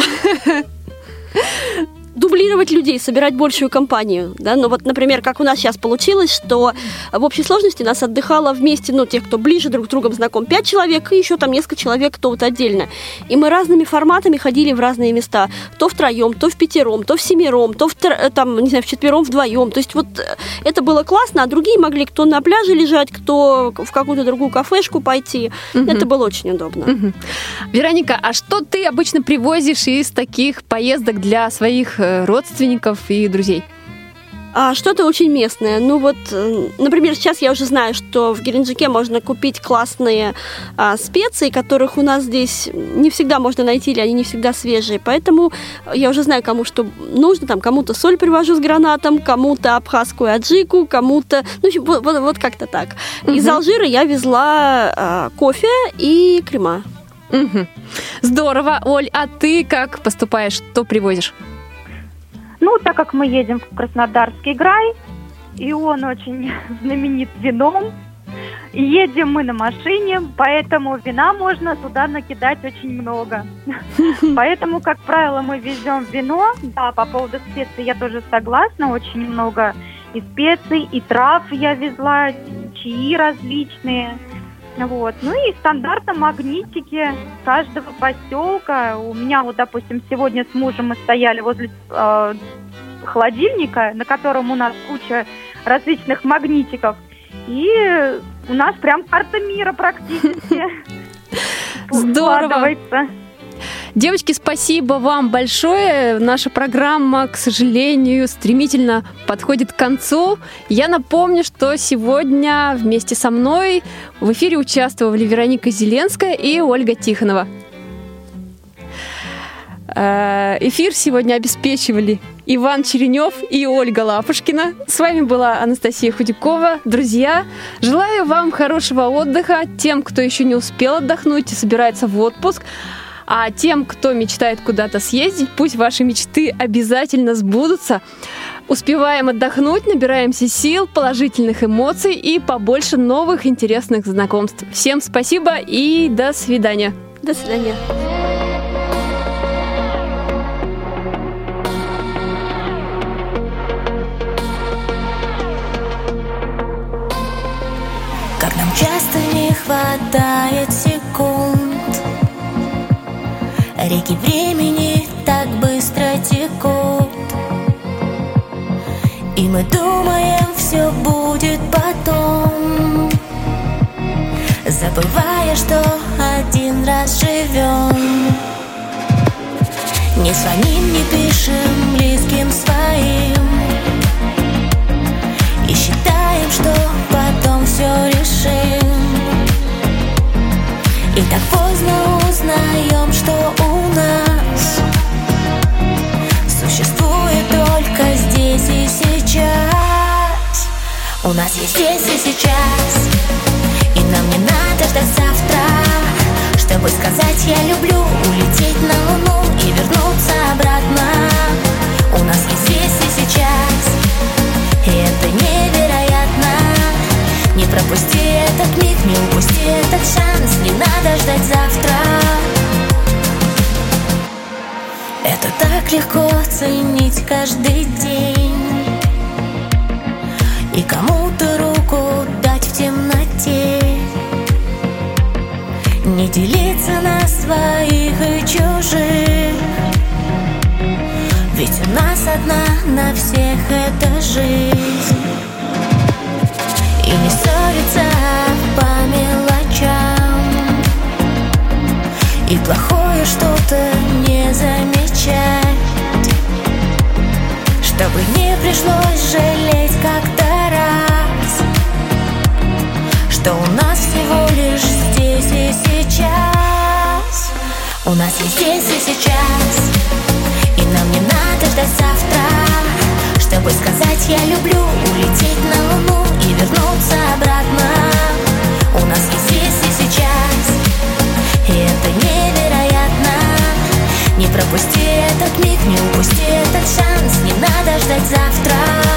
Дублировать людей, собирать большую компанию. Да? Ну вот, например, как у нас сейчас получилось, что в общей сложности нас отдыхало вместе, тех, кто ближе друг с другом знаком, 5 человек, и еще там несколько человек, кто вот отдельно. И мы разными форматами ходили в разные места. То втроем, то впятером, то всемиром, то вчетвером, вдвоем. То есть вот это было классно, а другие могли кто на пляже лежать, кто в какую-то другую кафешку пойти. Это было очень удобно. Вероника, а что ты обычно привозишь из таких поездок для своих родственников и друзей? Что-то очень местное. Например, сейчас я уже знаю, что в Геленджике можно купить классные специи, которых у нас здесь не всегда можно найти, или они не всегда свежие. Поэтому я уже знаю, кому что нужно. Там кому-то соль привожу с гранатом, кому-то абхазскую аджику, кому-то... вот как-то так. Из Алжира я везла кофе и крема. Здорово. Оль, а ты как поступаешь? Что привозишь? Так как мы едем в Краснодарский край, и он очень знаменит вином, и едем мы на машине, поэтому вина можно туда накидать очень много. Поэтому, как правило, мы везем вино. Да, по поводу специй я тоже согласна, очень много и специй, и трав я везла, чаи различные. И стандартно магнитики каждого поселка. У меня, допустим, сегодня с мужем мы стояли возле холодильника, на котором у нас куча различных магнитиков. И у нас прям карта мира практически. Здорово. Девочки, спасибо вам большое. Наша программа, к сожалению, стремительно подходит к концу. Я напомню, что сегодня вместе со мной в эфире участвовали Вероника Зеленская и Ольга Тихонова. Эфир сегодня обеспечивали Иван Черенев и Ольга Лапушкина. С вами была Анастасия Худякова. Друзья, желаю вам хорошего отдыха. Тем, кто еще не успел отдохнуть и собирается в отпуск, а тем, кто мечтает куда-то съездить, пусть ваши мечты обязательно сбудутся. Успеваем отдохнуть, набираемся сил, положительных эмоций и побольше новых интересных знакомств. Всем спасибо и до свидания. До свидания. Как нам часто не хватает секунд, реки времени так быстро текут, и мы думаем, все будет потом, забывая, что один раз живем. Не звоним, не пишем близким будем своим и считаем, что потом все решим. И так поздно узнаем, что у нас существует только здесь и сейчас. У нас есть здесь и сейчас, и нам не надо ждать завтра, чтобы сказать «я люблю», улететь на Луну и вернуться обратно. У нас есть здесь и сейчас, и это невероятно. Не пропусти этот миг, не упусти этот шанс, не надо ждать завтра. Это так легко ценить каждый день и кому-то руку дать в темноте. Не делиться на своих и чужих, ведь у нас одна на всех эта жизнь. И не ссориться по мелочам, и плохое что-то не замечать, чтобы не пришлось жалеть как-то раз, что у нас всего лишь здесь и сейчас. У нас есть здесь и сейчас, и нам не надо ждать завтра, чтобы сказать «я люблю», улететь на Луну и вернуться обратно. У нас есть здесь и сейчас, и это невероятно. Не пропусти этот миг, не упусти этот шанс, не надо ждать завтра.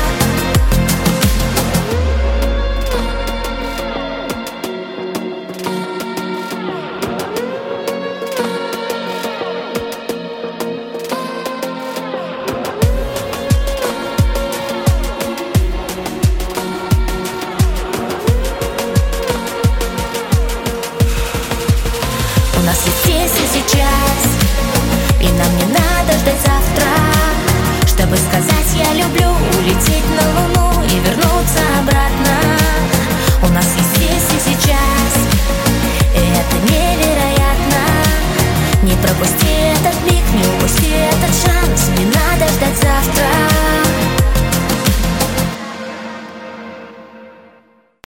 У нас есть здесь и сейчас, и нам не надо ждать завтра, чтобы сказать «я люблю», улететь на Луну и вернуться обратно. У нас есть здесь и сейчас, и это невероятно. Не пропусти